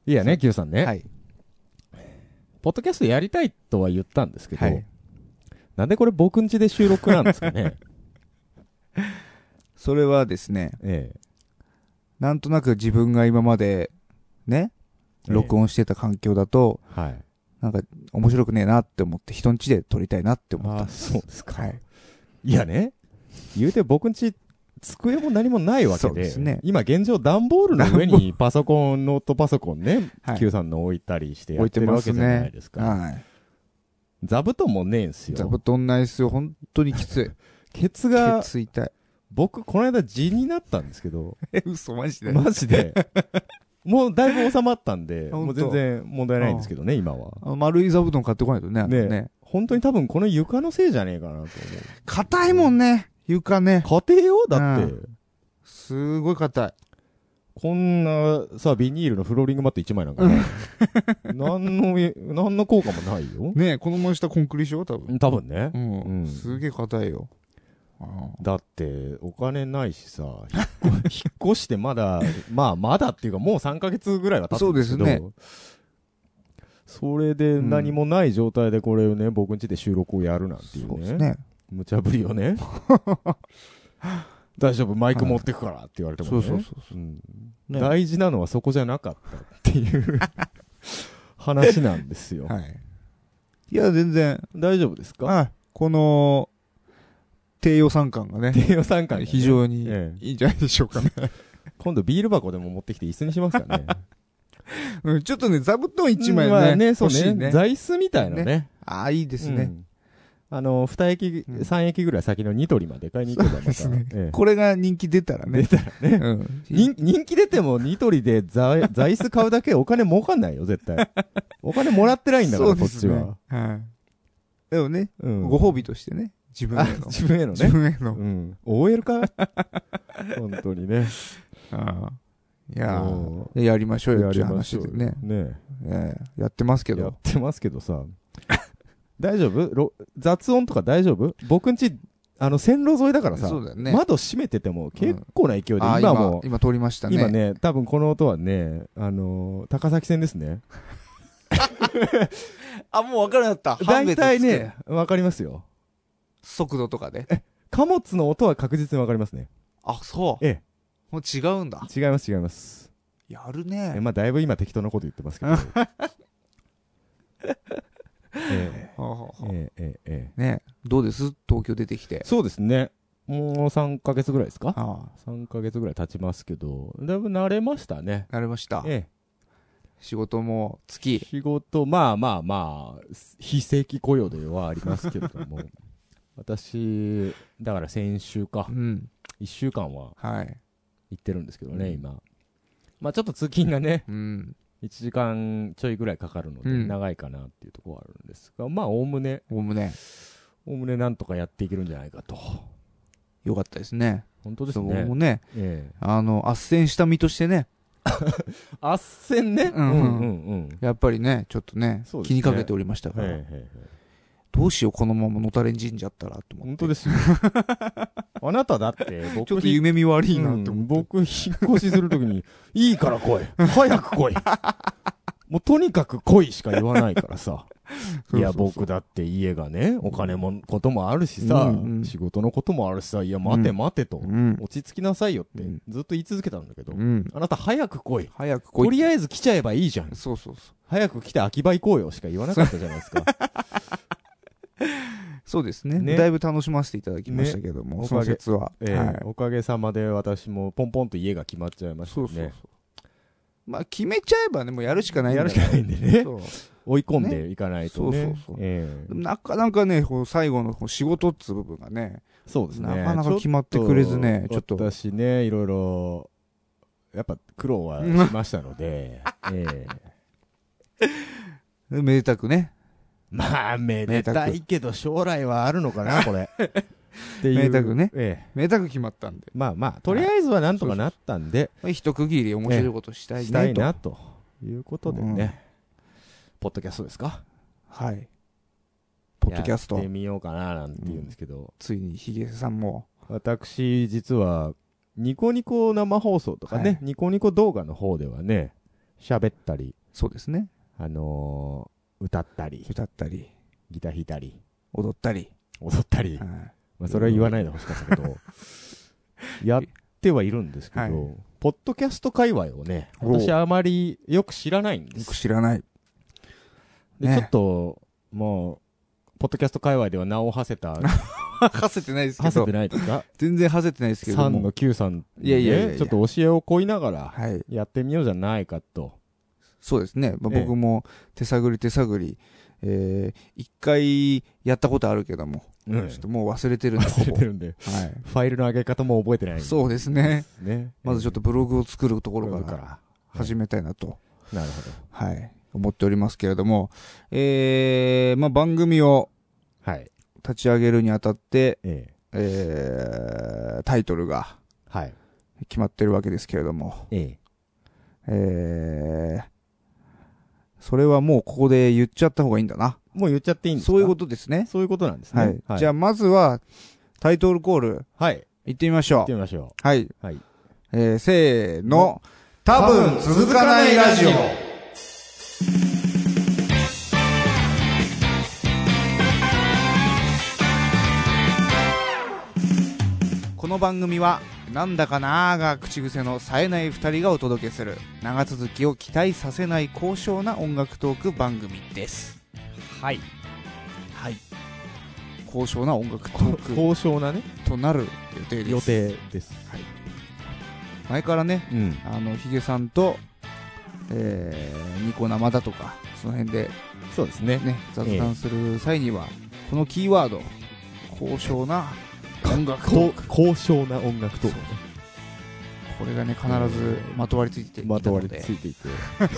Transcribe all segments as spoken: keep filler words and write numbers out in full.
いやね、Q さんね。 はい。 ポッドキャストやりたいとは言ったんですけど、 はい、 なんでこれ僕ん家で収録なんですかね。 それはですね、 ええ、 なんとなく自分が今までね、録音してた環境だと、 ええ、はい。 なんか面白くねえなって思って人ん家で撮りたいなって思ったんです。 あ、そうですか。 はい。 いやね、言うて僕ん家机も何もないわけで、 そうですね、 今現状段ボールの上にパソコン、ノートパソコンね、 はい、 Q さんの置いたりしてやってるわけじゃないですか。 はい。 座布団もねえんすよ。 座布団ないっすよ。本当にきつい。 ケツが、 ケツ痛い。 僕、この間痔になったんですけど。 え、嘘、マジでマジで。もうだいぶ収まったんで、 本当もう全然問題ないんですけどね、今は。 あ、丸い座布団買ってこないとね。 ね、 ね。 本当に多分この床のせいじゃねえかなと思う。 硬いもんね、床ね。 家庭用だって、 うん、すごい硬い。 こんなさ、ビニールのフローリングマットいちまいなんかね、何の、何の効果もないよ。 ねえ、この真下コンクリでしょ多分。 多分ね。 うん。 うん、 すげえ硬いよ。 だって、お金ないしさ、引っ越してまだ、まあまだっていうかもうさんかげつぐらいは経ってるんですけど、そうですね。それで何もない状態でこれをね、僕ん家で収録をやるなんていうね。そうですね。無茶ぶりをね。大丈夫、マイク持ってくからって言われてもね。そうそうそうそう、うんね、大事なのはそこじゃなかったっていう話なんですよ。はい。 いや、全然。 大丈夫ですか？ はい。この、低予算感がね。 低予算感が、ね、 非常にいいんじゃないでしょうかね。 今度ビール箱でも持ってきて椅子にしますかね。 うん、ちょっとね、座布団一枚ね、 うん、まあね、そうね、 欲しいね。 座椅子みたいなね。ね、 ああ、いいですね。うん、 あの、二駅、三、うん、駅ぐらい先のニトリまで買いに行けばまた、ですね、ええ、これが人気出たらね。 出たらね。うん、人, 人気出てもニトリで座、座椅子買うだけお金儲かんないよ、絶対。お金もらってないんだから、ね、こっちは。はい。 でもね、うん、ご褒美としてね。自分への。 自分へのね。 自分への。 うん。オーエル か本当にね。 ああ。いやー、やりましょうよっていう話でね。ねえ。やってますけど。 やってますけどさ。大丈夫？雑音とか大丈夫？僕んち、あの、線路沿いだからさ、そうだよね、窓閉めてても結構な勢いで、うん、今も、 今、今通りましたね。 今ね、多分この音はね、あのー、高崎線ですね。 あ、もう分からなかった。 大体ね、分かりますよ。 速度とかで。 え、貨物の音は確実に分かりますね。 あ、そう。 ええ。 もう違うんだ。 違います、違います。 やるね。 え、まあ、だいぶ今適当なこと言ってますけど。ええええええね、どうです東京出てきて。 そうですね。もうさんかげつぐらいですか？ああ、さんかげつぐらい経ちますけど、だいぶ慣れましたね。 慣れました。 ええ。 仕事もつき。 仕事、まあまあまあ、非正規雇用ではありますけれども、私、だから先週か、うん、いっしゅうかんは、はい。行ってるんですけどね、うん、今。まあちょっと通勤がね、うん、いちじかんちょいぐらいかかるので、長いかなっていうところはあるんですが、うん、まあおおむね、 おおむね、 おおむねなんとかやっていけるんじゃないかと。 よかったですね。 本当ですね。 そうもね、ええ、あの、斡旋した身としてね、 斡旋ね、うんうんうん、 やっぱりね、ちょっとね、ね気にかけておりましたから。へーへーへー、どうしよう、このままのたれんじんじゃったらと思って。 本当ですよ。あなただって、僕ちょっと夢見悪いなって思って。 うん、僕、引っ越しするときに、いいから来い。早く来い。もうとにかく来いしか言わないからさ。いや、僕だって家がね、お金も、こともあるしさ、うんうん、仕事のこともあるしさ、いや、待て待てと、うん、落ち着きなさいよって、ずっと言い続けたんだけど、うん、あなた早く来い。 早く来い。 とりあえず来ちゃえばいいじゃん。 そうそうそう。 早く来て秋葉行こうよしか言わなかったじゃないですか。 そうですね。ね、だいぶ楽しませていただきましたけども、ね、その説は、 えーはい。おかげさまで私もポンポンと家が決まっちゃいましたね。そうそうそう。 まあ決めちゃえばね、もうやるしかないんだやるしかないんでね。追い込んでいかないとね。 そうそうそう。えー、なかなかね、こう最後の仕事っつう部分がね、 そうですね。 なかなか決まってくれずね、 ちょっと。私ね、いろいろ、やっぱ苦労はしましたので、えー、めでたくね。 まあ、めでたいけど将来はあるのかな、これ。 っていう。めでたくね。ええ。めでたく決まったんで。 まあまあ、とりあえずはなんとかなったんで。 はい、一区切り面白いことしたいね、ええ、 したいな、ということでね。うん、ポッドキャストですか？ はい。ポッドキャスト。 やってみようかな、なんて言うんですけど。うん、 ついにヒゲさんも。 私、実は、ニコニコ生放送とかね、はい、ニコニコ動画の方ではね、 喋ったり。 そうですね。 あのー、歌ったり。 歌ったり。 ギター弾いたり。 踊ったり。 踊ったり。はい、まあ、それは言わないでほしかったけど、やってはいるんですけど、はい、ポッドキャスト界隈をね、私あまりよく知らないんです。 よく知らない。 で、ね、ちょっと、もう、ポッドキャスト界隈では名を馳せた、 馳せてないですけど。 馳せてないですか？ 全然馳せてないですけど。 さんの Q さん、ね、 いやいやいやいや、 ちょっと教えをこいながら、やってみようじゃないかと。はい、 そうですね。まあ、僕も手探り手探り、えー、一回やったことあるけども、うん、ちょっともう忘れてるんで、 忘れてるんで、はい、ファイルの上げ方も覚えてないんで。 そうですね。ね、まずちょっとブログを作るところから始めたいなと。 なるほど。 はい。思っておりますけれども、えー、まあ、番組を立ち上げるにあたって、はい、ええー、タイトルが決まってるわけですけれども、えー、えー、それはもうここで言っちゃった方がいいんだな。 もう言っちゃっていいんですか？ そういうことですね。 そういうことなんですね。はい。 はい、じゃあまずはタイトルコール、はい、行ってみましょう。 行ってみましょう。 はい。はい。えー、せーの、多分続かないラジオ。この番組はなんだかなーが口癖の冴えない二人がお届けする長続きを期待させない高尚な音楽トーク番組です。 はいはい高尚な音楽トーク高尚なねとなる予定です。 予定です。はい。 前からね、うん、あのヒゲさんと、えー、ニコ生だとかその辺でそうですねね雑談する際には、えー、このキーワード高尚な音楽トーク高尚な音楽トーク、 これがね必ずまとわりついていたので、 まとわりついていて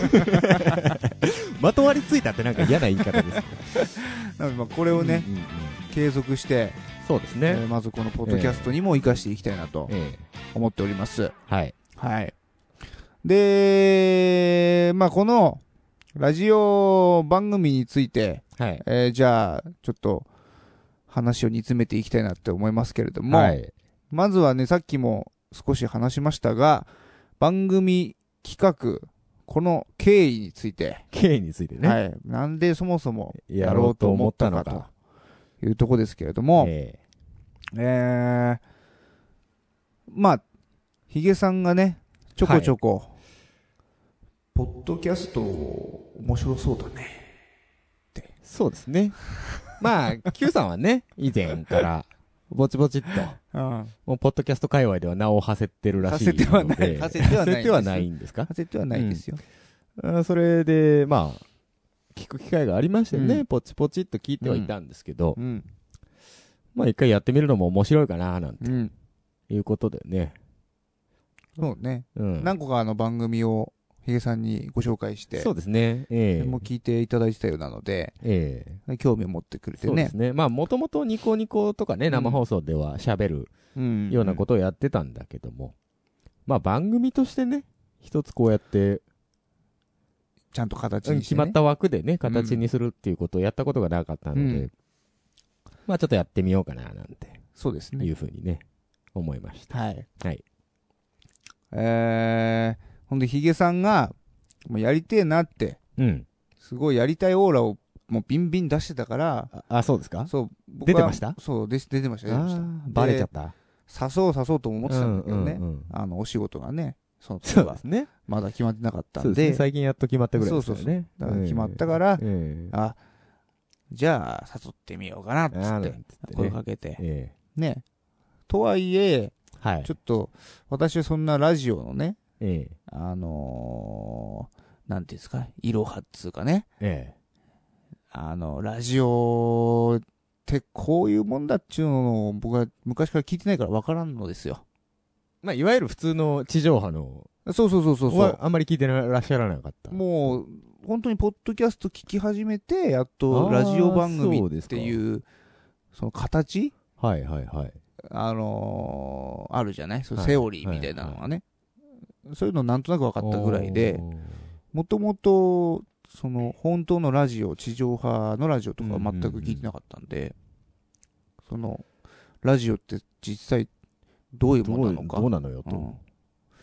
まとわりついたってなんか嫌な言い方ですねなのでまあこれをね、うんうんうん、継続してそうですね、 えー、まずこのポッドキャストにも生かしていきたいなと思っております、えー、はいはいでまあこのラジオ番組について、はいえー、じゃあちょっと話を煮詰めていきたいなって思いますけれども、はい、まずはねさっきも少し話しましたが番組企画この経緯について経緯についてね、 はい、なんでそもそもやろうと思ったのかというところですけれども、えー、えー、まあヒゲさんがねちょこちょこ、はい、ポッドキャスト面白そうだねってそうですねまあ Q さんはね以前からぼちぼちっと、うん、もうポッドキャスト界隈では名を馳せてるらしいので馳せてはない馳せてはないんですか？ 馳せてはないですよ、 うん、それでまあ聞く機会がありましてね、うん、ポチポチっと聞いてはいたんですけど、うん、まあ一回やってみるのも面白いかななんて、うん、いうことでねそうね、うん、何個かあの番組をヒゲさんにご紹介してそうですね、 えー、もう聞いていただいてたようなので、えー、興味を持ってくれてねそうですねまあもともとニコニコとかね生放送では喋るようなことをやってたんだけども、うんうん、まあ番組としてね一つこうやってちゃんと形にして、ね、 決まった枠でね形にするっていうことをやったことがなかったので、うん、まあちょっとやってみようかななんてそうですねいうふうにね思いましたはいはいえーほんでヒゲさんがもうやりてえなって、うん、すごいやりたいオーラをもうビンビン出してたから、 あ、あそうですか？ そう出てました？ そうで出てました出てましたバレちゃった。 誘そう誘そうと思ってたんだけどね、うんうんうん、あのお仕事がねその時はねまだ決まってなかったんで、 そうですね最近やっと決まったぐらいですよね。そうそうそうだから決まったから、えー、あじゃあ誘ってみようかなっつって声かけて、えー、ねとはいえ、はい、ちょっと私はそんなラジオのねええ、あのー、なんていうんですか、いろはっつうかね、ええ、あの、ラジオってこういうもんだっちゅうのを僕は昔から聞いてないから分からんのですよ。 まあ、いわゆる普通の地上波の、 そうそうそうそうそう。 あんまり聞いてらっしゃらなかった。 もう、本当にポッドキャスト聞き始めて、やっとラジオ番組っていう、その形はいはいはい。 あのー、あるじゃないそのセオリーみたいなのがね。はいはいはいそういうのなんとなく分かったぐらいで、もともと、その、本当のラジオ、地上波のラジオとかは全く聞いてなかったんで、その、ラジオって実際どういうものなのか。 どうなのよと。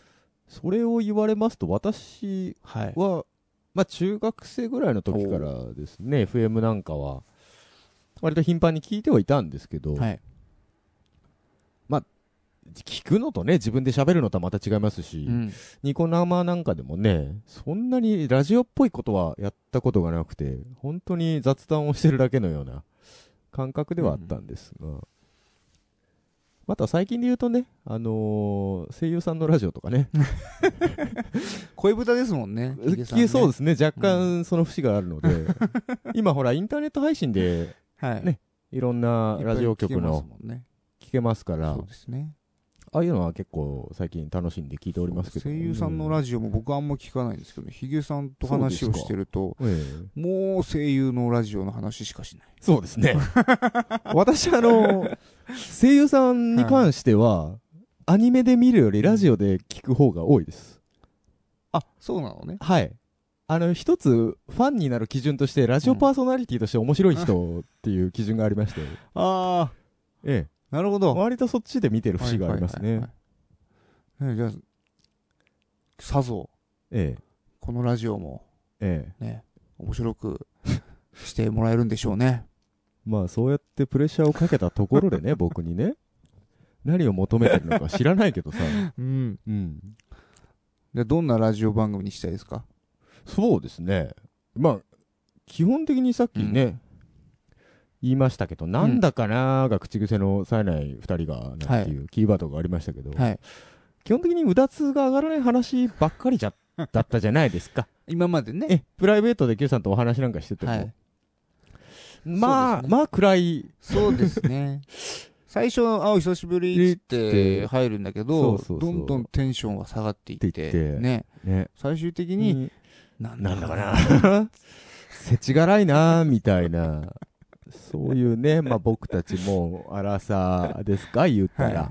それを言われますと、私は、はい、まあ中学生ぐらいの時からですね、エフエム なんかは、割と頻繁に聞いてはいたんですけど、はい、まあ、聞くのとね、自分で喋るのとはまた違いますし、うん、ニコ生なんかでもね、そんなにラジオっぽいことはやったことがなくて、本当に雑談をしてるだけのような感覚ではあったんですが、うん、また最近で言うとね、あのー、声優さんのラジオとかね。 声豚ですもんね。 ね、そうですね。若干その節があるので、うん、今ほら、インターネット配信で、はい、ね、いろんなラジオ局の聞けますから、そうですね。ああいうのは結構最近楽しんで聞いておりますけど、 声優さんのラジオも僕はあんま聞かないんですけど、ヒゲさんと話をしてると、ええ、もう声優のラジオの話しかしない。 そうですね。私あの、声優さんに関しては、はい、アニメで見るよりラジオで聞く方が多いです。 あ、そうなのね。 はい。あの、一つファンになる基準として、ラジオパーソナリティとして面白い人っていう基準がありまして。 ああ。 ええ。 なるほど。 割とそっちで見てる節がありますね。 じゃあ、さぞ、ええ、このラジオも、 ええ、 ね、面白くしてもらえるんでしょうね。 まあ、そうやってプレッシャーをかけたところでね、僕にね、何を求めてるのか知らないけどさ。うん。うん。 で、どんなラジオ番組にしたいですか？ そうですね。まあ、基本的にさっきね、うん言いましたけど、なんだかなーが口癖の冴えない二人がなんていうキーワードがありましたけど、はい、基本的にうだつが上がらない話ばっかりじゃだったじゃないですか。 今までね。 え、プライベートで Q さんとお話なんかしてても、はい、まあ、ね、まあ暗い。 そうですね。最初、あ、お久しぶりって入るんだけど、そうそうそう、どんどんテンションが下がっていって、ってってね、ね、最終的に、 なんだかな、せちがらいなーみたいな。そういうね、まあ僕たちもアラサーですか言ったら、はい、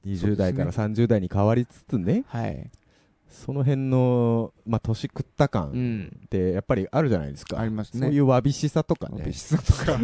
にじゅう代からさんじゅう代に変わりつつね、はい、その辺の、まあ年食った感ってやっぱりあるじゃないですか。 ありますね。 そういうわびしさとかね。 わびしさとか。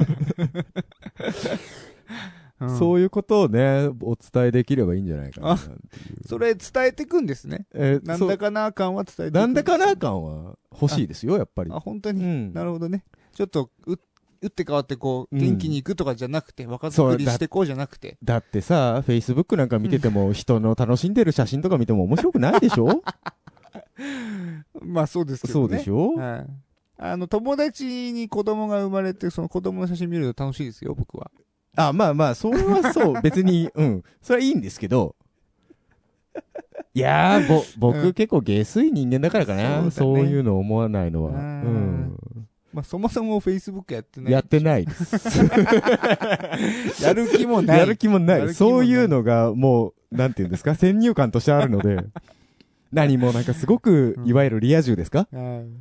うん、そういうことをね、お伝えできればいいんじゃないかなっていう。 それ伝えていくんですね。えー、なんだかな感は伝えていく。 なんだかな感は欲しいですよ、やっぱり。 あ、本当に、うん、なるほどね。ちょっと、う打って変わってこう、元気に行くとかじゃなくて、若作りしてこうじゃなくて。 だってさ、Facebook なんか見てても、人の楽しんでる写真とか見ても面白くないでしょまあそうですけどね。 そうでしょ、 はい、あの、友達に子供が生まれて、その子供の写真見ると楽しいですよ、僕は。 あ、まあまあ、それはそう、別に、うん。それはいいんですけど、いやー、ぼ、僕、うん、結構下水人間だからかな。そう、ね、そういうの思わないのは。うん。 まあ、そもそも Facebook やってない。 やってないです。 やる気もない。 やる気もない。そういうのがもう、なんていうんですか、先入観としてあるので、何もなんかすごく、いわゆるリア充ですか、うん、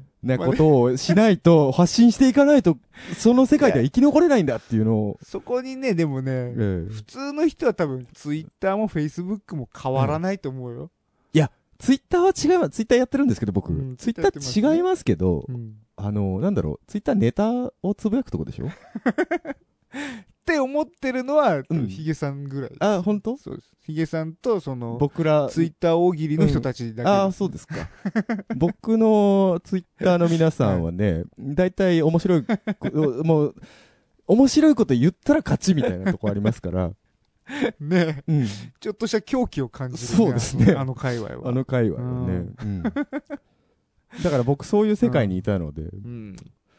なことをしないと、発信していかないと、その世界では生き残れないんだっていうのを。 そこにね、でもね、ええ、普通の人は多分、Twitter も Facebook も変わらないと思うよ。うん、 いや、Twitter は違います。Twitter やってるんですけど、僕。うん、Twitter 違いますけど、うん、あの、なんだろう、ツイッターネタをつぶやくとこでしょって思ってるのは、うん、ヒゲさんぐらい。 あ、本当？ そうです。ヒゲさんと、その、 僕ら、 ツイッター大喜利の人たちだけ、うん、 あ、そうですか。僕のツイッターの皆さんはね、だいたい面白い、もう、面白いこと言ったら勝ちみたいなとこありますから。 ねえ、うん、ちょっとした狂気を感じる、ね。 そうですね。 あの界隈は。 あの界隈はね。うんうんだから僕そういう世界にいたので、うんうん、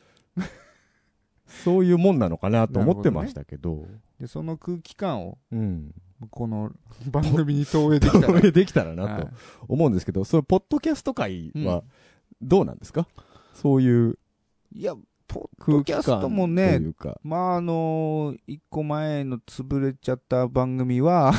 そういうもんなのかなと思ってましたけど、 どね、でその空気感を、うん、この番組に投影できたら投影できたらなと思うんですけど、そのポッドキャスト界はどうなんですか、うん、そういういやポッドキャストもね、まああのー、一個前の潰れちゃった番組は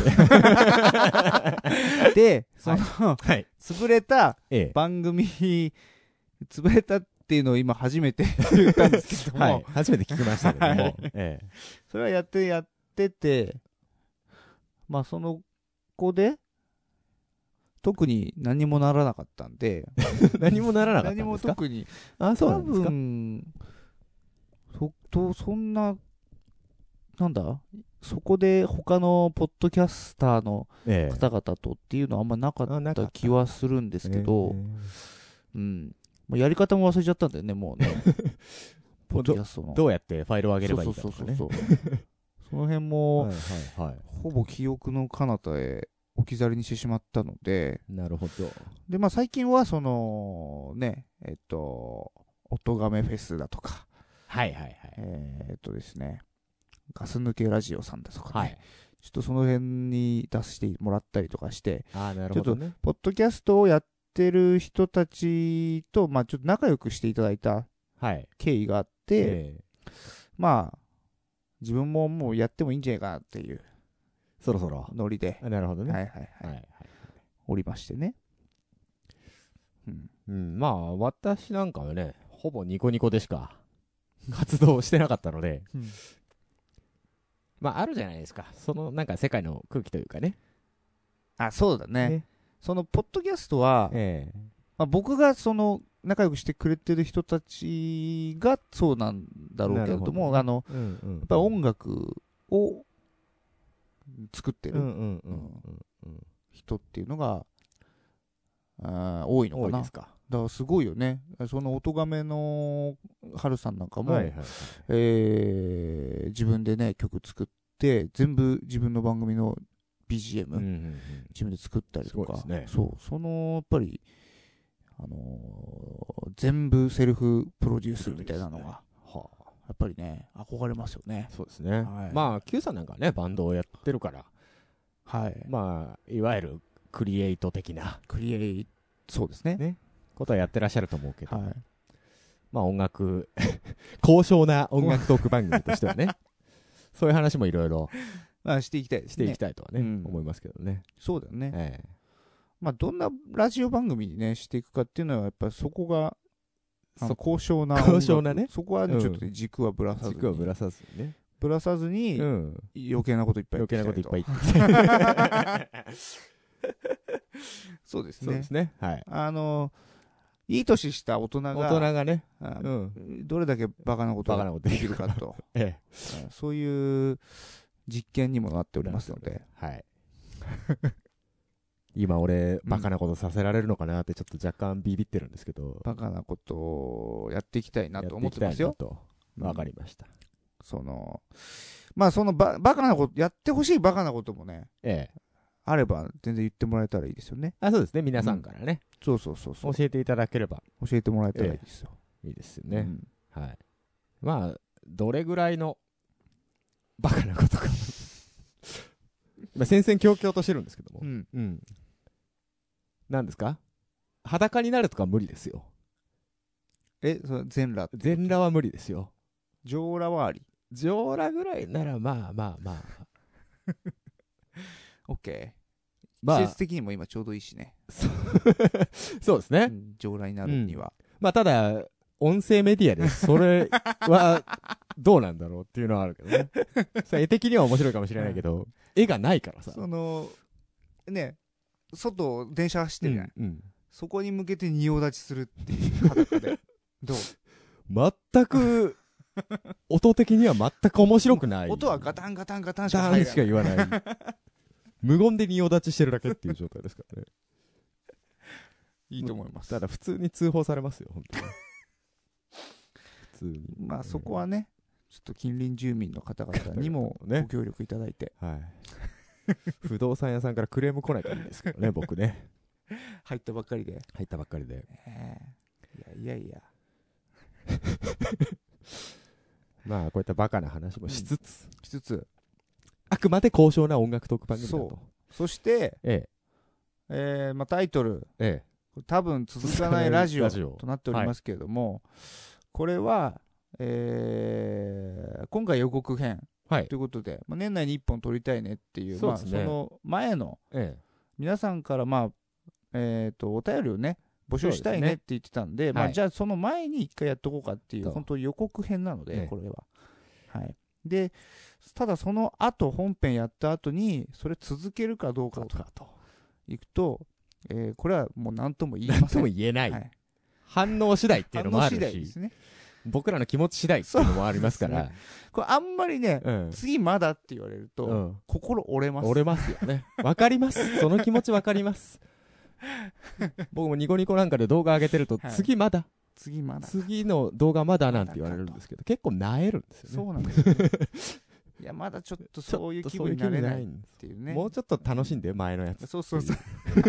で、その、はい、潰れた番組、ええ、潰れたっていうのを今初めて言ったんですけども、はい、 初めて聞きましたけども、はいええ、それはやってやってて、まあその子で特に何もならなかったんで何もならなかったんですか？ 何も特に、 あ、そうなんですか？ 多分そとそんななんだそこで他のポッドキャスターの方々とっていうのはあんまなかった気はするんですけど、えー、うん。やり方も忘れちゃったんだよね、もうね。ポッドキャストの。 どうやってファイルを上げればいいかとかね。そうそうそうそう。 その辺も、はいはいはい、ほぼ記憶の彼方へ置き去りにしてしまったので。 なるほど。 で、まあ最近はその、ね、えっと、音亀フェスだとか。 はいはいはい。 えー、っとですね、ガス抜けラジオさんだとかね。はい、ちょっとその辺に出してもらったりとかして、 あ、なるほどね、 ちょっと、ポッドキャストをやってる人たちと、まあちょっと仲良くしていただいた経緯があって、はいえー、まあ、自分ももうやってもいいんじゃないかなっていう。 そろそろ。 ノリで。 なるほどね。 はいはいはい。はいはい、おりましてね。 うん。うん、まあ、私なんかはね、ほぼニコニコでしか活動してなかったので、うん、まあ、あるじゃないですか。その、なんか世界の空気というかね。 あ、そうだね。ねその、ポッドキャストは、ええまあ、僕がその、仲良くしてくれてる人たちがそうなんだろうけれども、どあの、うんうん、やっぱり音楽を作ってる人っていうのが、あ多いのかな。多いですか。だからすごいよね。その音亀の春さんなんかも、はいはいはいえー、自分でね、曲作って、全部自分の番組の ビージーエム、うんうんうん、自分で作ったりとか、ね、そう、その、やっぱり、あのー、全部セルフプロデュースみたいなのが、ねはあ、やっぱりね、憧れますよね。 そうですね。はい、まあ、Q さんなんかね、バンドをやってるから、はい。まあ、いわゆるクリエイト的な。 クリエイト、そうですね。ね。 ことはやってらっしゃると思うけど、はい、まあ音楽、高尚な音楽トーク番組としてはね、そういう話もいろいろ、 まあしていきたいですね。 していきたいとはね、うん、思いますけどね。 そうだよね。ええまあ、どんなラジオ番組にね、していくかっていうのは、やっぱりそこが、そ高尚な。 高尚なね。 そこはね、ちょっと、ね、軸はぶらさずに。 軸はぶらさずにね。 ぶらさずに、うん、余計なこといっぱい言って余計なこといっぱい言って。 そうですね。 そうですね。はい。 あの、いい年した大人が、 大人がね、 うん、どれだけバカなことができるかと。ええ、そういう実験にもなっておりますので。はい。 今俺、バカなことさせられるのかなってちょっと若干ビビってるんですけど。 バカなことをやっていきたいなと思ってますよ。 わかりました。 その、まあそのババカなこと、やってほしいバカなこともね、ええ、あれば全然言ってもらえたらいいですよね。 あ、そうですね、皆さんからね。 うん、そうそうそうそう。 教えていただければ。 教えてもらえたらいいですよ。 ええ、いいですよね、うん。はい。まあ、どれぐらいのバカなことか。まあ戦々恐々としてるんですけども。うん。うん。何ですか？裸になるとか無理ですよ。 え、その全裸？ 全裸は無理ですよ。 上裸はあり？ 上裸ぐらいならまあまあまあ。 オッケー。まあ、季節的にも今ちょうどいいしね。 そうですね、 うん。上裸になるには。 うん、まあただ、音声メディアでそれはどうなんだろうっていうのはあるけどね。絵的には面白いかもしれないけど、絵がないからさ。 その、ね、外、電車走ってるじゃない、うんうん、そこに向けて仁王立ちするっていう裸で。どう？ 全く、音的には全く面白くない。 音はガタンガタンガタンしか入らない。 しか言わない。無言で仁王立ちしてるだけっていう状態ですからね。 いいと思います。 ただ普通に通報されますよ、本当に。普通に。 まあそこはね、ちょっと近隣住民の方々にもご協力いただいて。はい。 不動産屋さんからクレーム来ないからいいですけどね、僕ね。 入ったばっかりで。 入ったばっかりで。 えー、いやいやいや。 まあこういったバカな話もしつつ、うん、 しつつあくまで高尚な音楽トーク番組だと。 そそして、えええーまあ、タイトル、ええ、多分続かないラジオとなっておりますけれども、はい、これは、えー、今回予告編、はい、ということで、まあ、年内にいっぽん撮りたいねっていう、そうですね、まあ、その前の、ええ、皆さんからまあ、えーと、お便りをね募集したいねって言ってたんで、でね、まあ、はい、じゃあその前に一回やっとこうかっていう、本当予告編なので、これは。はい。で、ただその後、本編やった後に、それ続けるかどうかといくと、えー、これはもう何とも言いません。 何とも言えない。はい、反応次第っていうのもあるし。反応次第ですね。 僕らの気持ち次第っていうのもありますから。ね、 これあんまりね、うん、次まだって言われると、うん、心折れます。 折れますよね。わかります。その気持ちわかります。僕もニコニコなんかで動画上げてると、はい、次まだ。 次まだ。 次の動画まだなんて言われるんですけど、結構萎えるんですよね。 そうなんですよ、ね。いや、まだちょっとそういう気分になれないっていうね。 もうちょっと楽しんで、前のやつ。 そうそうそう。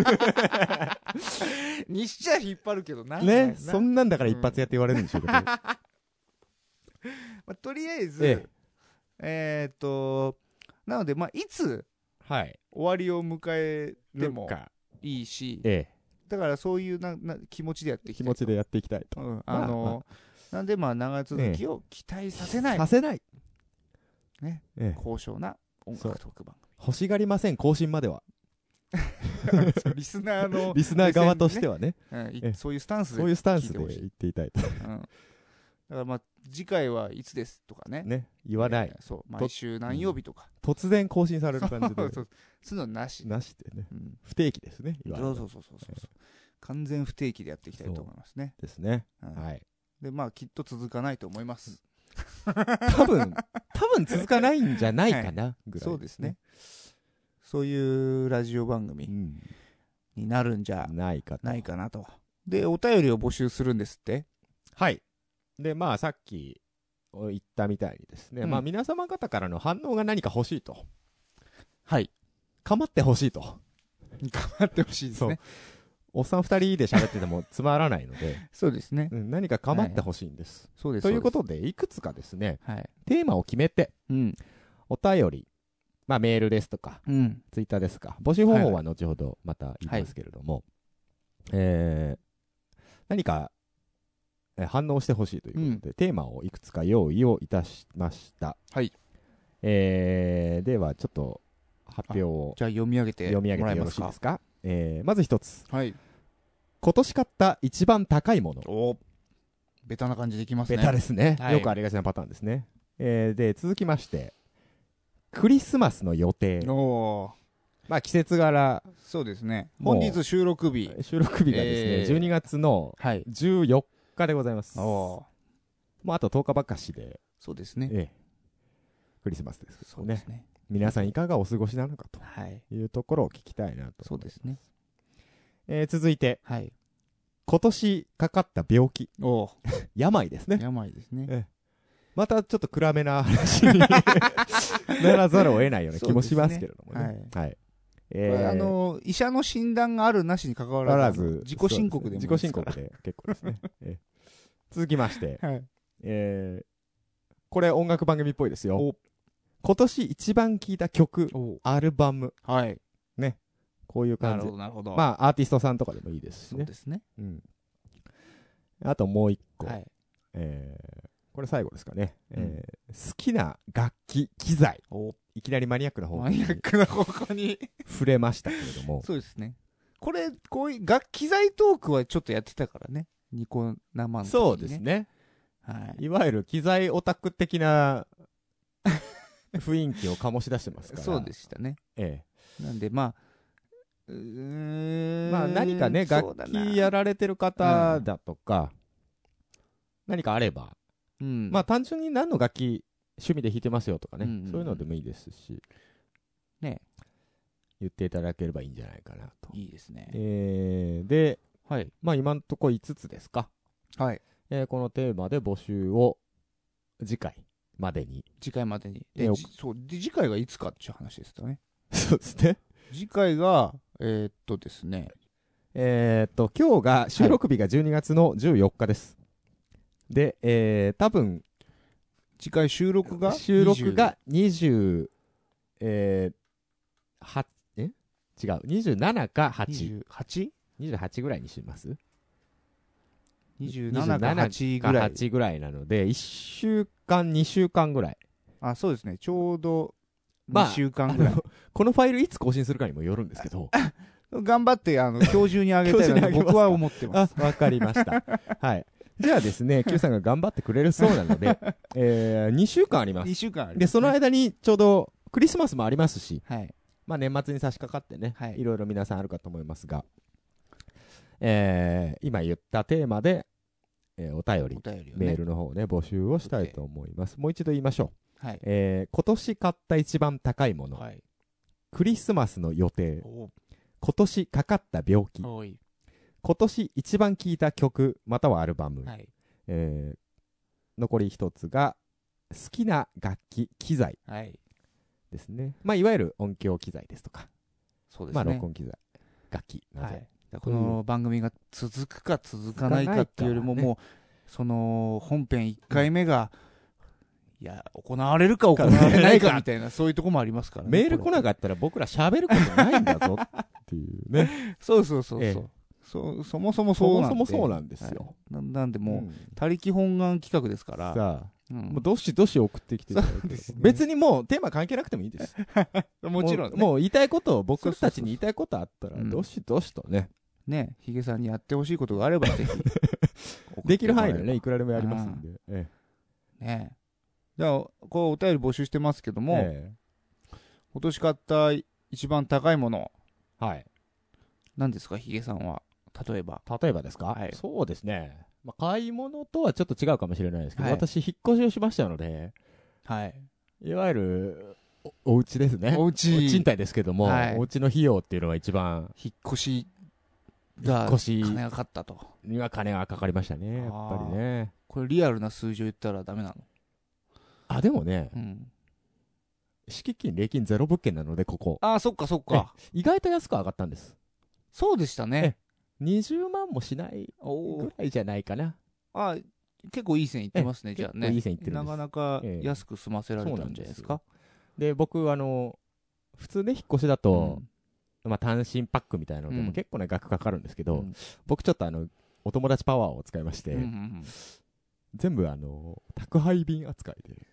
にしちゃ引っ張るけどな。 ね、そんなんだから一発やって言われるんでしょうけど。まあ、とりあえず、えええー、っと、なので、まあ、いつ、はい、終わりを迎えてもいいし、ええ、だからそういうなな気持ちでやっていきたい。 気持ちでやっていきたいと。 うん、あの、まあまあ、なんで、まあ、長続きを期待させない。 させない。 ね、ええ、高尚な音楽トーク番組。 欲しがりません、更新までは。 リスナーの、 リスナー側としてはね、 うん、そういうスタンスでそういうスタンスで言っていたいと。うん、だからまあ次回はいつですとかね。 ね、言わない。 えー、そう、毎週何曜日とか。 うん、突然更新される感じで。そうそうそういうのなし。 なしでね、うん。不定期ですね。 そうそうそうそうそう、えー。完全不定期でやっていきたいと思いますね。 ですね、 うん。はい。で、まあきっと続かないと思います。 多分、多分続かないんじゃないかな、はい、ぐらい、ね。 そうですね。そういうラジオ番組になるんじゃないかなと。で、お便りを募集するんですって。 はい。で、まあさっき言ったみたいにですね、うん、まあ皆様方からの反応が何か欲しいと。 はい。 構って欲しいと。 構って欲しいですね。 おっさん二人で喋っててもつまらないのでそうですね、 うん、何か構ってほしいんです、はい、 そうですということでいくつかですね、 はい、 テーマを決めて、うん、お便り、まあ、メールですとか、 うん、 ツイッターですか、募集方法は後ほどまた言いますけれども、はい、えー、何か反応してほしいということで、うん、テーマをいくつか用意をいたしました、 はい、 えー、ではちょっと発表をじゃあ読み上げて読み上げてよろしいですか。えー、まず一つ、 はい、 今年買った一番高いもの。 おベタな感じでいきますね。 ベタですね、はい、よくありがちなパターンですね、えー、で続きましてクリスマスの予定。 おまあ季節柄そうですね。本日収録日収録日がですね、えー、じゅうにがつのじゅうよっかでございます、はい、おもうあととおかばかしでそうですね、 えー、クリスマスですけどね。そうですね。皆さんいかがお過ごしなのかというところを聞きたいなと。 そうですね。 えー、続いて、 はい、 今年かかった病気。お病ですね。 病ですね。 えー、またちょっと暗めな話にならざるを得ないような気もしますけれどもね。ね、はい。はい、 えー、あの医者の診断があるなしに関わらず自己申告でもいいですから。 自己申告で結構ですね。えー、続きまして、はい、えー、これ音楽番組っぽいですよ。今年一番聴いた曲、アルバム。 はい。 ね。こういう感じ。 なるほど、なるほど。 まあ、アーティストさんとかでもいいですしね。 そうですね。 うん。あともう一個。はい。えー、これ最後ですかね。うん、えー、好きな楽器、機材。いきなりマニアックな方向に。マニアックな方向に触れましたけれども。 そうですね。これ、こういう楽器材トークはちょっとやってたからね。ニコ生の時にね。 そうですね。はい。いわゆる機材オタク的な、雰囲気を醸し出してますから。 そうでしたね。 ええ。なんで、まあ、うーんまあ何かね、楽器やられてる方だとか、うん、何かあれば、うん、まあ単純に何の楽器趣味で弾いてますよとかね、うんうん、そういうのでもいいですし、ね、言っていただければいいんじゃないかなと。 いいですね。 えー、で、はい、まあ今のところいつつですか。 はい。 えー、このテーマで募集を次回。までに次回までにでそうで次回がいつかっていう話ですよね。 そうですね。 次回がえー、っとですねえー、っと今日が収録日がじゅうにがつのじゅうよっかです、はい、で、えー、多分次回収録が収録がにじゅうえー、はえ違うにじゅうななかはち にじゅうはち にじゅうはちぐらいにします。 にじゅうななかはちぐらいはちぐらいなのでいっしゅうかんにしゅうかんぐらい。 あ、そうですね。ちょうどにしゅうかんぐらい、まあ、 このファイルいつ更新するかにもよるんですけど頑張ってあの今日中に上げたいなと僕は思ってます。 あ、わかりましたはい。じゃあですね、Q さんが頑張ってくれるそうなので、えー、にしゅうかんあります。 にしゅうかんあります、ね、 でその間にちょうどクリスマスもありますし、 はい、 まあ年末に差し掛かってね、はい、いろいろ皆さんあるかと思いますが、えー、今言ったテーマでえー、お便り、 お便りね、 メールの方をね、募集をしたいと思います。もう一度言いましょう。はい。 えー、今年買った一番高いもの。はい、クリスマスの予定。今年かかった病気。今年一番聴いた曲、またはアルバム。はい、えー、残り一つが、好きな楽器、機材。はい。ですね。まあ、いわゆる音響機材ですとか。 そうですね。 まあ、録音機材。楽器。 はい。この番組が続くか続かないかっていうよりも、もう、その、本編いっかいめが、いや、行われるか行われないかみたいな、そういうとこもありますからね。 メール来なかったら僕ら喋ることないんだぞっていうね。 そうそうそうそう。そ, そもそもそうなんで。 そもそもそうなんですよ。 はい、な, なんでもう、うん、他力本願企画ですから。 さあ、うん、もうどしどし送ってきていただいて、ね、別にもうテーマ関係なくてもいいです。 もちろん、ね、 もう。もう言いたいことを、僕たちに言いたいことあったら、どしどしとね。 ね、ヒゲさんにやってほしいことがあれば、ぜひ。 できる範囲でね、いくらでもやりますんで。ええ、ねじゃあ、こうお便り募集してますけども、ええ、今年買った一番高いもの。はい。何ですか、ヒゲさんは。例えば。 例えばですか、はい、そうですね。まあ、買い物とはちょっと違うかもしれないですけど、はい、私、引っ越しをしましたので、はい。いわゆる、お, お家ですね。お家。賃貸ですけども、はい、お家の費用っていうのが一番。 引っ越しが、引っ越し。金がかかったと。 には金がかかりましたね、やっぱりね。 これリアルな数字を言ったらダメなの？ あ、でもね、うん、敷金、礼金ゼロ物件なので、ここ。 ああ、そっかそっか。 意外と安く上がったんです。 そうでしたね。 にじゅうまんもしないぐらいじゃないかな。 ああ、結構いい線いってますね、じゃあね。 いい線いってるんです。 なかなか安く済ませられたんじゃないですか。 で, で、僕、あの、普通ね、引っ越しだと、うん、まあ、単身パックみたいなのでも結構ね、額かかるんですけど、うん、僕ちょっとあの、お友達パワーを使いまして、うんうんうん、全部あの、宅配便扱いで、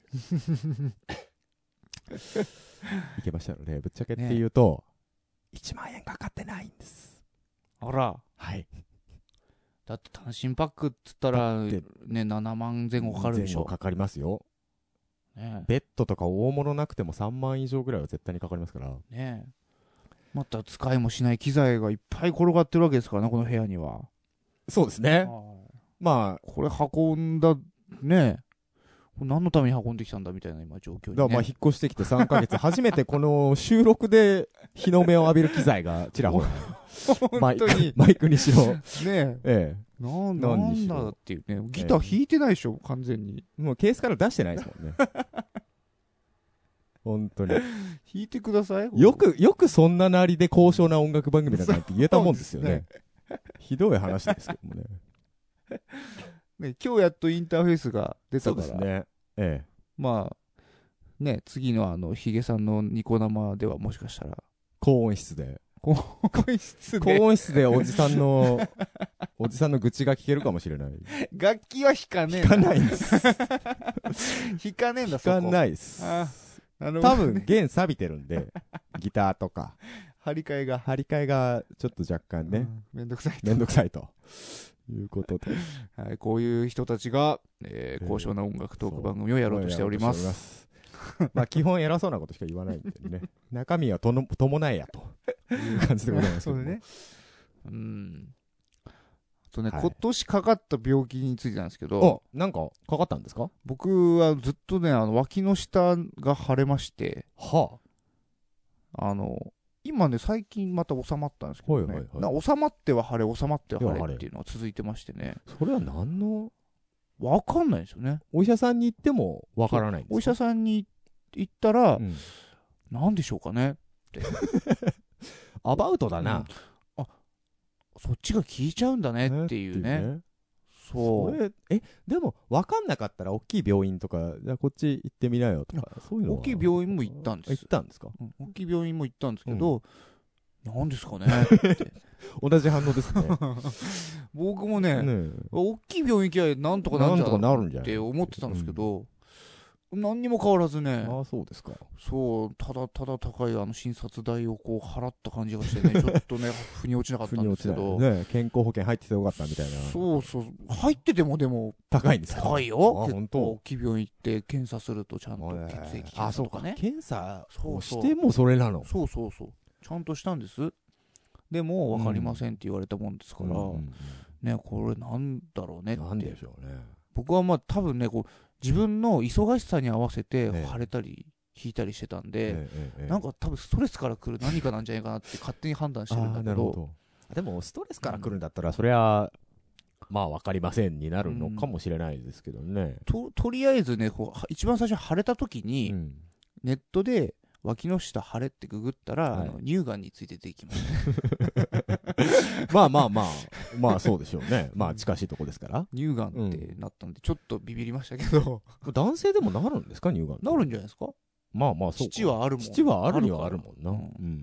いけましたので、ぶっちゃけって言うと、ね、いちまんえんかかってないんです。 あら。 はい。 だって単身パックっつったら、ね、ななまんぜん後かかるでしょ。 前後かかりますよ。ね、ベッドとか大物なくてもさんまん以上ぐらいは絶対にかかりますから。 ねまた使いもしない機材がいっぱい転がってるわけですからね、この部屋には。 そうですね。まあ、 これ運んだ、ね何のために運んできたんだみたいな今状況に、ね、 だからまあ引っ越してきてさんかげつ初めてこの収録で日の目を浴びる機材がちらほら本当にマイクにしろねえええな, なんだっていうねギター弾いてないでしょ、ええ、完全にもうケースから出してないですもんね本当に弾いてください。 よくよくそんななりで高尚な音楽番組だなんて言えたもんですよねひどい話ですけどもねね、今日やっとインターフェースが出たから、 そうですね、ええ、 まあね次のあのヒゲさんのニコ生ではもしかしたら高音質で高音質で高音質でおじさんのおじさんの愚痴が聞けるかもしれない。 楽器は弾かねえ弾かないんです弾かねえんだ。 弾かないです。ああ、ね、多分弦錆びてるんでギターとか張り替えが張り替えがちょっと若干ね、うん、 めんどくさいめんどくさいということで、 はい、こういう人たちが、えー、高尚な音楽トーク番組をやろうとしております。 まあ基本偉そうなことしか言わないんでね中身はとの伴えやという感じでございますけども。そうね。 うん。あとね、はい、今年かかった病気についてなんですけど、 なんかかかったんですか？ 僕はずっとね、あの脇の下が腫れまして、はあ、あの今ね最近また収まったんですけどね、はいはいはい、な収まっては腫れ収まっては腫れっていうのが続いてましてね。 それは何のわかんないですよね。 お医者さんに行ってもわからないんですか？ お医者さんに行ったら、うん、なんでしょうかねってアバウトだな、うん、 あそっちが効いちゃうんだねっていうね、ね、そうそれえでも分かんなかったら大きい病院とかじゃあこっち行ってみなよとかそういうのは大きい病院も行ったんです。 行ったんですか、 うん、大きい病院も行ったんですけど、うん、なんですかねって同じ反応ですね僕もね、ね大きい病院行きゃなんとかなるんじゃんって思ってたんですけど、うん、何にも変わらずね。 ああそうですか。 そうただただ高いあの診察代をこう払った感じがしてねちょっとね腑に落ちなかったんですけど、 ね、健康保険入っててよかったみたいな。 そうそう入っててもでも高いんですか？ 高いよ。結構大きい病院行って検査するとちゃんと血液検査とかね。 検査をしてもそれなの？ そうそうそうちゃんとしたんです。でも分かりませんって言われたもんですから、うんうんうん、 ね、これなんだろうねって。 なんでしょうね。 僕はまあ多分ね、こう、自分の忙しさに合わせて腫れたり、引いたりしてたんで、ええええ、なんか多分ストレスから来る何かなんじゃないかなって勝手に判断してるんだけど。なるほど。でもストレスから来るんだったら、それは、まあ分かりませんになるのかもしれないですけどね。 うん、と, とりあえずねこう、一番最初腫れた時に、うん、ネットで脇の下腫れってググったら、はい、あの乳がんについて出てきましたまあまあまあ、まあそうでしょうね。まあ近しいとこですから。 乳がんってなったんで、ちょっとビビりましたけど。 男性でもなるんですか、乳がんって。 なるんじゃないですか。 まあまあそうか。 父はあるもん。 父はあるにはあるもんな。うん。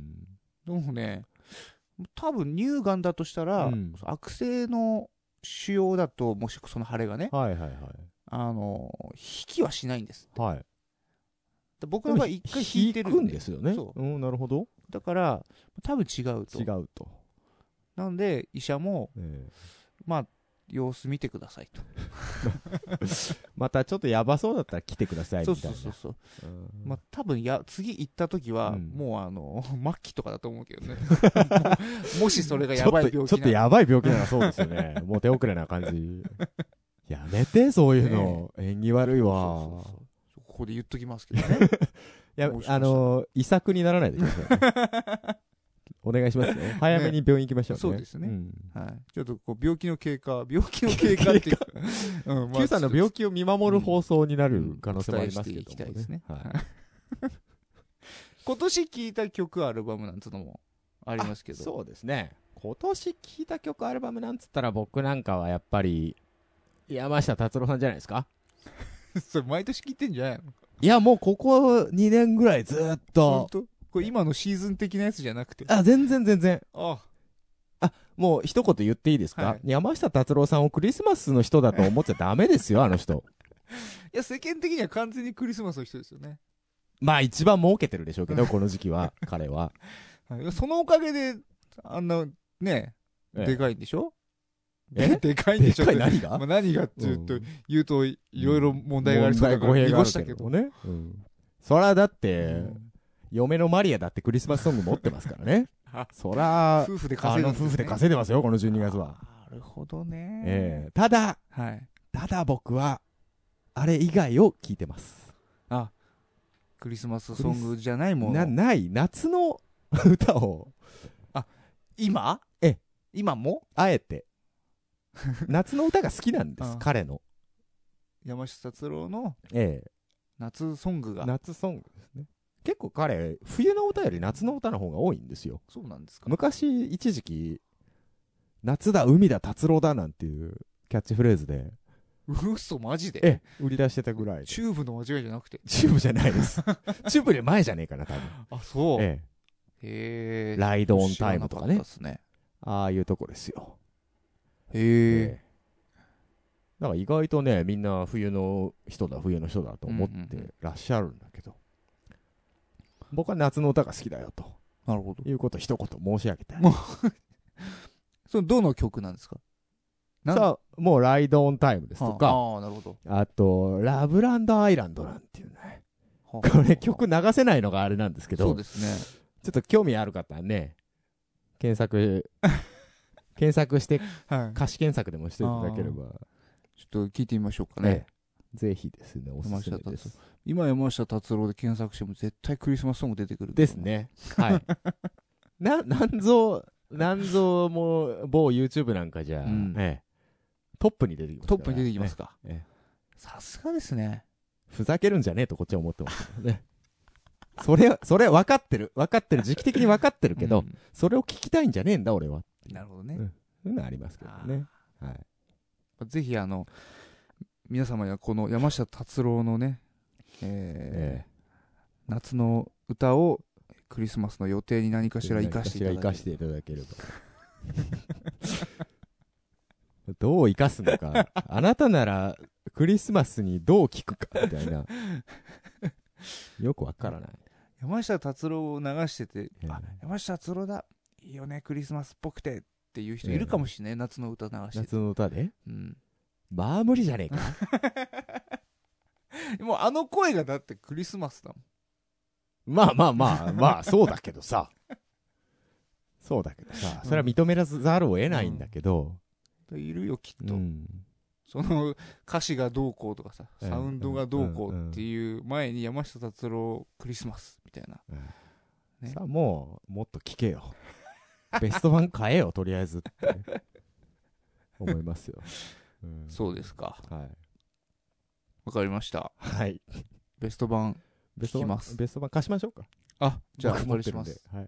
でもね、多分乳がんだとしたら、うん、悪性の腫瘍だと、もしその腫れがね、 はいはいはい。 あの、引きはしないんですって。 はい。 僕の場合一回引いてるんで。 引くんですよね。そう。うん、なるほど。 だから、多分違うと。 違うと。 なんで、医者も、えー、まあ、様子見てくださいと。 またちょっとやばそうだったら来てくださいみたいな。 そうそうそうそう。うん、まあ多分や、次行った時は、うん、もうあの、末期とかだと思うけどね。も, もしそれがやばい病気なら。 ちょっとやばい病気ならそうですよね。もう手遅れな感じ。やめて、そういうの。ね、縁起悪いわ。そうそうそうここで言っときますけどね。 いや、あのー、遺作にならないでください。お願いしますね。早めに病院行きましょうね。 そうですね。うん、はい。ちょっとこう病気の経過、病気の経過っていうか、 うん、まあ、Q さんの病気を見守る放送になる可能性もありますけども、ね。 伝えしていきたいですね。はい。今年聴いた曲アルバムなんつうのもありますけど。 そうですね。今年聴いた曲アルバムなんつったら僕なんかはやっぱり山下達郎さんじゃないですか。 それ毎年聴いてんじゃないの？ いやもうここにねんぐらいずっと。 これ今のシーズン的なやつじゃなくて。 あ、全然全然。 ああ、もう一言言っていいですか、はい、山下達郎さんをクリスマスの人だと思っちゃダメですよ、あの人。 いや、世間的には完全にクリスマスの人ですよね。 まあ一番儲けてるでしょうけど、この時期は、彼は、 はい。そのおかげで、あんな、ね、ええ、でかいんでしょえでかいんでしょでかい何が、 まあ、何がって言うと、うん、言うと、いろいろ問題がありそうだから、 濁したけどね。うん、そらだって、うん嫁のマリアだってクリスマスソング持ってますからね。そら、 夫婦で稼いでます、ね、 夫婦で稼いでますよ、このじゅうにがつは。 なるほどね。 ええー、ただ、はい、ただ僕は、あれ以外を聞いてます。 あ、クリスマスソングじゃないものな、ない、夏の歌を。 あ、今え、 今もあえて。夏の歌が好きなんです、彼の。 山下達郎の、 ええ、 夏ソングが。 夏ソングですね。結構彼、冬の歌より夏の歌の方が多いんですよ。 そうなんですか。 昔、一時期、夏だ、海だ、達郎だなんていうキャッチフレーズで。 嘘、マジでえ、売り出してたぐらい。 チューブの間違いじゃなくて。 チューブじゃないです。チューブより前じゃねえかな、多分。 あ、そう。 ええ。へえ。 ライドオンタイムとかね。 ねああいうとこですよ。 へえ。えー、だから意外とね、みんな冬の人だ、冬の人だと思ってらっしゃるんだけど。うんうんうん僕は夏の歌が好きだよと。 なるほど。 いうことを一言申し上げて。 もうそのどの曲なんですか？ さあ、もうライドオンタイムですとか。 ああ、なるほど。 あと、ラブランドアイランドなんていうね。これ曲流せないのがあれなんですけど。 そうですね。 ちょっと興味ある方はね、検索、検索して、はい、歌詞検索でもしていただければ。 ちょっと聞いてみましょうかね。 ええぜひですね、おすすめです。 今山下達郎で検索しても絶対クリスマスソング出てくる。 ですね。はい。な、なんぞ、なんぞも某 YouTube なんかじゃ、うん、ええ、トップに出てきます、 トップに出てきますか。 ええ、 さすがですね。 ふざけるんじゃねえとこっちは思ってますけどね。それ、それ分かってる。分かってる。時期的に分かってるけど、うん、それを聞きたいんじゃねえんだ、俺は。 なるほどね。 うん。そういうのありますけどね。はい。 ぜひ、あの、皆様にはこの山下達郎のね、えーえー、夏の歌をクリスマスの予定に何かしら生かしていただければ。 生かしていただければ。どう生かすのか。あなたならクリスマスにどう聞くかみたいな。よくわからない。 山下達郎を流してて、えー、あ、山下達郎だ。いいよね、クリスマスっぽくてっていう人いるかもしれない。えー、夏の歌流してて。 夏の歌で？ うん。 まあ無理じゃねえか。 もうあの声がだってクリスマスだもん。まあまあまあまあそうだけどさ。そうだけどさ、それは認めらざるを得ないんだけど、 いるよきっと、うん、その歌詞がどうこうとかさ、サウンドがどうこうっていう前に山下達郎クリスマスみたいな、うんね、さあもうもっと聴けよベスト版買えよとりあえずって、ね、思いますよ、 うん、そうですか、 はい、 わかりました。 はい。 ベスト版聞きます。 ベスト版貸しましょうか。 あ、じゃあお借りします。はい。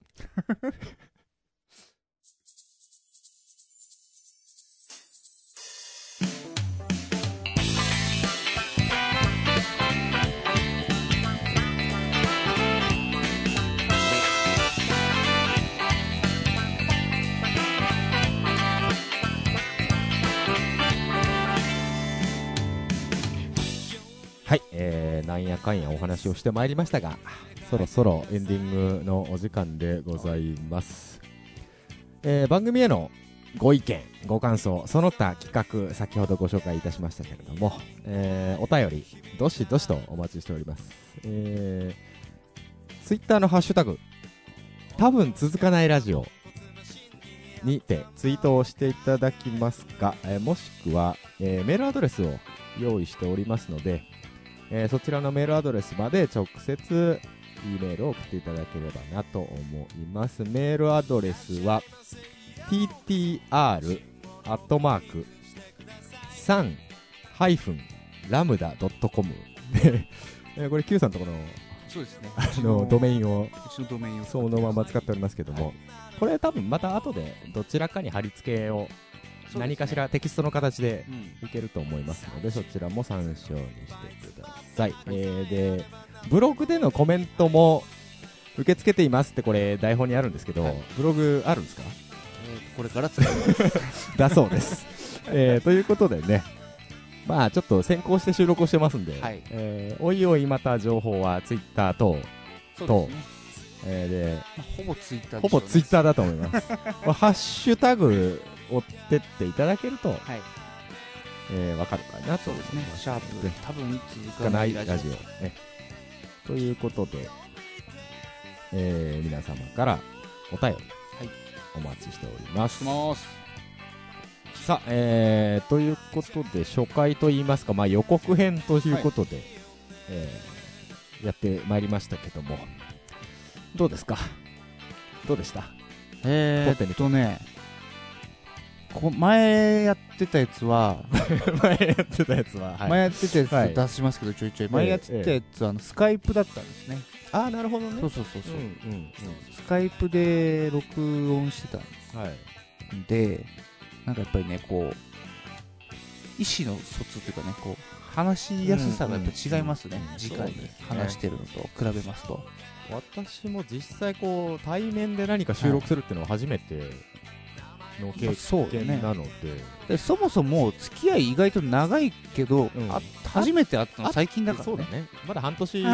はい、えー、なんやかんやお話をしてまいりましたが、そろそろエンディングのお時間でございます。えー、番組へのご意見、ご感想、その他企画、先ほどご紹介いたしましたけれども、えー、お便り、どしどしとお待ちしております。えー、ツイッターのハッシュタグ、多分続かないラジオにてツイートをしていただきますか、えー、もしくは、えー、メールアドレスを用意しておりますので、えー、そちらのメールアドレスまで直接 E メールを送っていただければなと思います。メールアドレスは ティーティーアール アットマーク サン ラムダ ドットコム えー、これ Q さんのところのそうですねあのドメインをうちのドメインをそのまま使っておりますけども、はい、これ多分また後でどちらかに貼り付けを何かしらテキストの形でいけると思いますので、うん、そちらも参照にしてください、はい、えー、でブログでのコメントも受け付けていますってこれ台本にあるんですけど、はい、ブログあるんですか？ えー、これから使いますだそうです、えー、ということでね、まあちょっと先行して収録をしてますんで、はい、えー、おいおいまた情報はツイッター等と、えー、で、 まあ、ほぼツイッター、 ね、ほぼツイッターだと思いますハッシュタグ追ってっていただけると、はい、えー、分かるかなと。 そうですね、シャープで多分続かないラジオ、 ね、ということで、えー、皆様からお便り、はい、お待ちしております。さあ、えー、ということで初回といいますか、まあ、予告編ということで、はい、えー、やってまいりましたけども、どうですか？どうでした？ えーっとねこ前やってたやつは前やってたやつは、 はい、前やってたやつ出しますけど、ちょいちょい前やってたやつはあのスカイプだったんですね。 ああ、なるほどね。 そうそうそうそう、うんうんうん、スカイプで録音してたんです、はい、でなんかやっぱりねこう意思の疎通というかねこう話しやすさがやっぱ違いますね、うんうん、直に話してるのと比べますと。 私も実際こう対面で何か収録するっていうのは初めての経験なので、まあ そ, ね、 でそもそも付き合い意外と長いけど、うん、あ初めて会ったの最近だから ね, そうだね、まだ半年インタ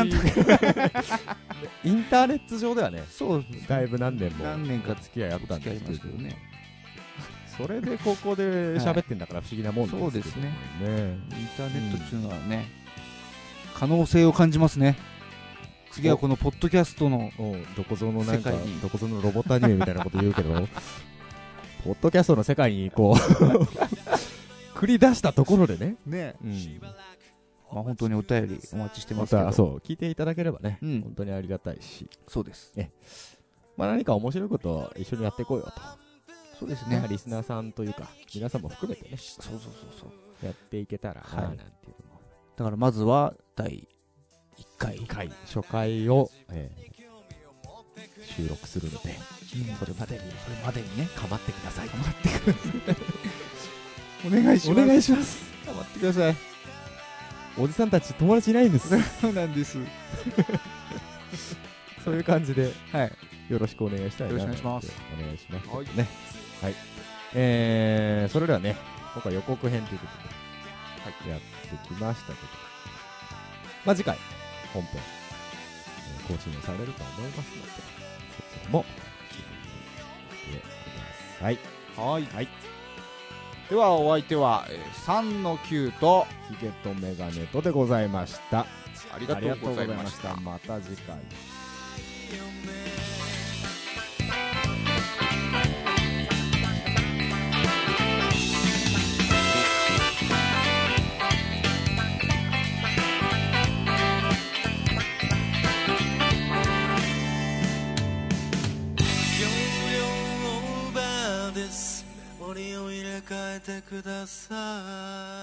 ーネット上ではね、そうだいぶ何年も何年か付き合いあったんですけどね、それでここで喋ってんだから不思議なもんですけど、 はい、そうですね、インターネットっていうのはね、うん、可能性を感じますね。次はこのポッドキャストのどこぞのなんかどこぞのロボットアニメみたいなこと言うけどポッドキャストの世界にこう繰り出したところでね、 ね、うん、まあ本当にお便りお待ちしてますけど、 またそう聞いていただければね、うん、本当にありがたいし、 そうです、 ね、まあ何か面白いことを一緒にやっていこうよと。 そうですね、 リスナーさんというか皆さんも含めてね、 そうそうそうそうやっていけたらな、はい、なんていうのも。 だからまずはだいいっかい初回を、えー、収録するので、 うん、それまでにそれまでにね構ってください。 構ってくださいお願いします。 お願いします。 構ってください。 おじさんたち友達いないんですそうなんですそういう感じで、 はい、 よろしくお願いしたいな。 よろしくお願いします。 お願いします、はい、ね、はい、えー、それではね今回予告編ということで、はい、やってきましたけど、まあ次回本編、えー、更新されると思いますので、そちらも聞いてください。 はい、はい、ではお相手は、えー、さんのきゅうとヒゲとメガネとでございました。 ありがとうございました。 また次回。 くださ